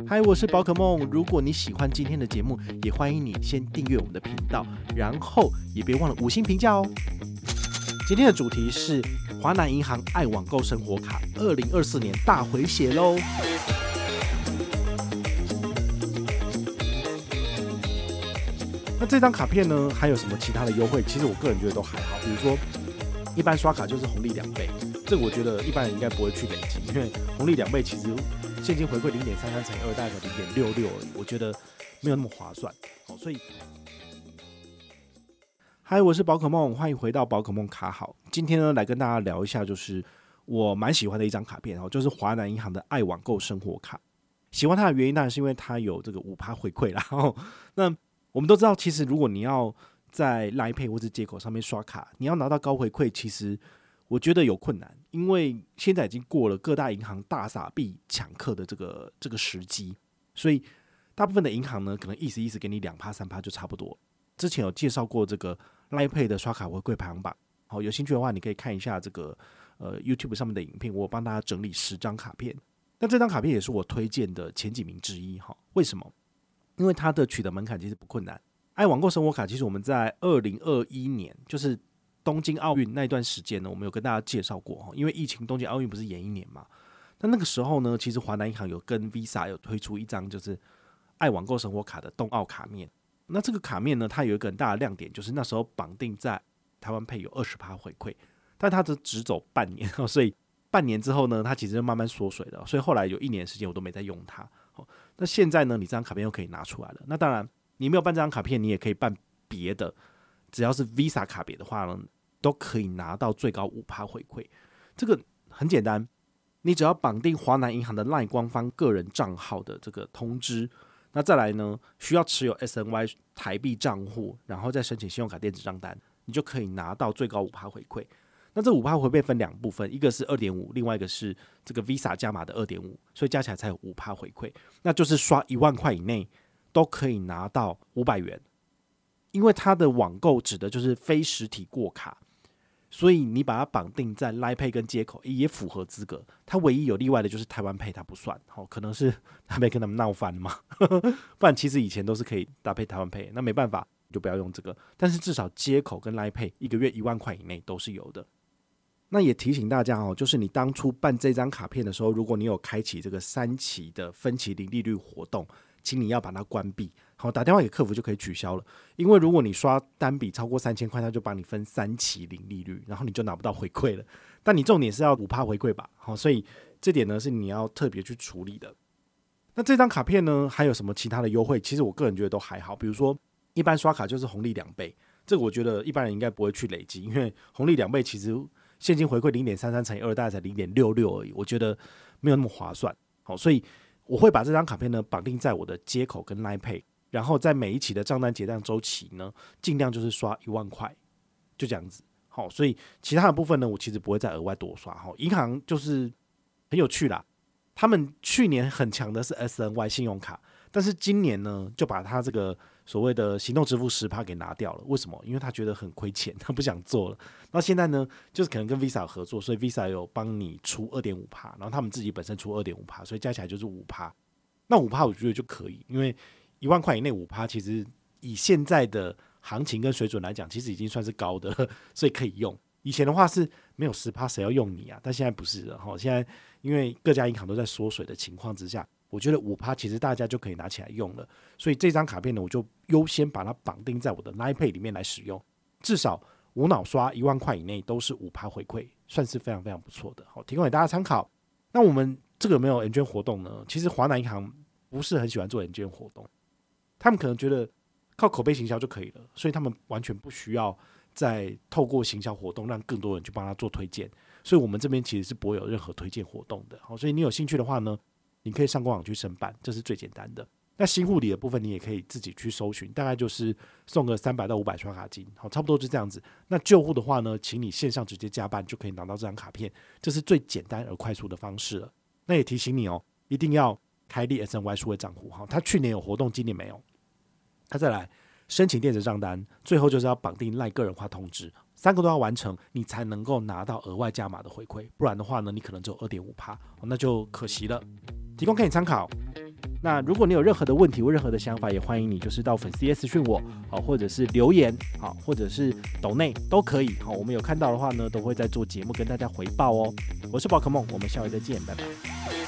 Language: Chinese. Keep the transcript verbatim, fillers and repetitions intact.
嗨，我是宝可梦。如果你喜欢今天的节目，也欢迎你先订阅我们的频道，然后也别忘了五星评价哦。今天的主题是华南银行爱网购生活卡二零二四年大回血喽。那这张卡片呢，还有什么其他的优惠？其实我个人觉得都还好。比如说，一般刷卡就是红利两倍，这个我觉得一般人应该不会去累积，因为红利两倍其实现金回馈零点三三乘以二大概零点六六而已，我觉得没有那么划算。好，所以，嗨，我是宝可梦，欢迎回到宝可梦卡好。今天呢，来跟大家聊一下，就是我蛮喜欢的一张卡片，就是华南银行的爱网购生活卡。喜欢它的原因当然是因为它有这个 百分之五 回馈啦。那我们都知道，其实如果你要在 Line Pay 或者街口上面刷卡，你要拿到高回馈，其实我觉得有困难，因为现在已经过了各大银行大撒币抢客的这个这个时机，所以大部分的银行呢，可能意思意思给你 百分之二 三 就差不多。之前有介绍过这个 Line Pay 的刷卡回馈排行榜，好，有兴趣的话，你可以看一下这个呃 YouTube 上面的影片，我有帮大家整理十张卡片。那这张卡片也是我推荐的前几名之一，哈，为什么？因为它的取得门槛其实不困难。爱网购生活卡，其实我们在二零二一年，就是东京奥运那一段时间呢，我们有跟大家介绍过，因为疫情东京奥运不是延一年嘛，那那个时候呢，其实华南银行有跟 Visa 有推出一张就是爱网购生活卡的冬奥卡面。那这个卡面呢，它有一个很大的亮点，就是那时候绑定在台湾Pay有 百分之二十 回馈，但它只走半年，所以半年之后呢，它其实就慢慢缩水了，所以后来有一年的时间我都没再用它。那现在呢，你这张卡片又可以拿出来了。那当然，你没有办这张卡片，你也可以办别的，只要是 Visa 卡别的话呢，都可以拿到最高 百分之五 回馈。这个很简单，你只要绑定华南银行的 LINE 官方个人账号的这个通知，那再来呢，需要持有 S N Y 台币账户，然后再申请信用卡电子账单，你就可以拿到最高 百分之五 回馈。那这 百分之五 回馈分两部分，一个是 二点五， 另外一个是这个 Visa 加码的 二点五， 所以加起来才有 百分之五 回馈。那就是刷一万块以内都可以拿到五百元，因为它的网购指的就是非实体过卡，所以你把它绑定在 Line Pay 跟街口也符合资格。它唯一有例外的就是台湾 Pay 它不算，可能是台北跟他们闹翻了嘛，不然其实以前都是可以搭配台湾 Pay， 那没办法就不要用这个。但是至少街口跟 Line Pay 一个月一万块以内都是有的。那也提醒大家哦，就是你当初办这张卡片的时候，如果你有开启这个三期的分期零利率活动，请你要把它关闭，好，打电话给客服就可以取消了。因为如果你刷单笔超过三千块，他就帮你分三期零利率，然后你就拿不到回馈了。但你重点是要 百分之五 回馈吧，好，所以这点呢是你要特别去处理的。那这张卡片呢还有什么其他的优惠？其实我个人觉得都还好，比如说一般刷卡就是红利两倍，这个我觉得一般人应该不会去累积，因为红利两倍其实现金回馈 零点三三乘以二大概才零点六六而已，我觉得没有那么划算。好，所以我会把这张卡片呢绑定在我的街口跟 Line Pay， 然后在每一期的账单结账周期呢，尽量就是刷一万块，就这样子。好，所以其他的部分呢，我其实不会再额外多刷。好，银行就是很有趣啦，他们去年很强的是 S N Y 信用卡，但是今年呢，就把他这个所谓的行动支付 百分之十 给拿掉了。为什么？因为他觉得很亏钱，他不想做了。那现在呢，就是可能跟 Visa 合作，所以 Visa 有帮你出 二点五 然后他们自己本身出 二点五 所以加起来就是 百分之五。那 百分之五 我觉得就可以，因为一万块以内 百分之五 其实以现在的行情跟水准来讲，其实已经算是高的了，所以可以用。以前的话是没有 百分之十 谁要用你啊？但现在不是了。现在因为各家银行都在缩水的情况之下，我觉得 百分之五 其实大家就可以拿起来用了。所以这张卡片呢，我就优先把它绑定在我的 Line Pay 里面来使用，至少无脑刷一万块以内都是 百分之五 回馈，算是非常非常不错的，好，提供给大家参考。那我们这个有没有 N 捐活动呢？其实华南银行不是很喜欢做 N 捐活动，他们可能觉得靠口碑行销就可以了，所以他们完全不需要再透过行销活动让更多人去帮他做推荐，所以我们这边其实是不会有任何推荐活动的。好，所以你有兴趣的话呢，你可以上官网去申办，这是最简单的。那新户礼的部分你也可以自己去搜寻，大概就是送个三百到五百刷卡金，好，差不多就这样子。那旧户的话呢，请你线上直接加办就可以拿到这张卡片，这是最简单而快速的方式了。那也提醒你哦，一定要开立 S N Y 数位账户，好，它去年有活动，今年没有。那再来申请电子账单，最后就是要绑定 LINE 个人化通知，三个都要完成，你才能够拿到额外加码的回馈，不然的话呢，你可能只有 二点五 那就可惜了。提供给你参考。 那如果你有任何的问题或任何的想法，也欢迎你就是到粉丝页私讯我，好，或者是留言，好，或者是抖内都可以，好，我们有看到的话呢，都会在做节目跟大家回报哦。我是宝可梦，我们下回再见，拜拜。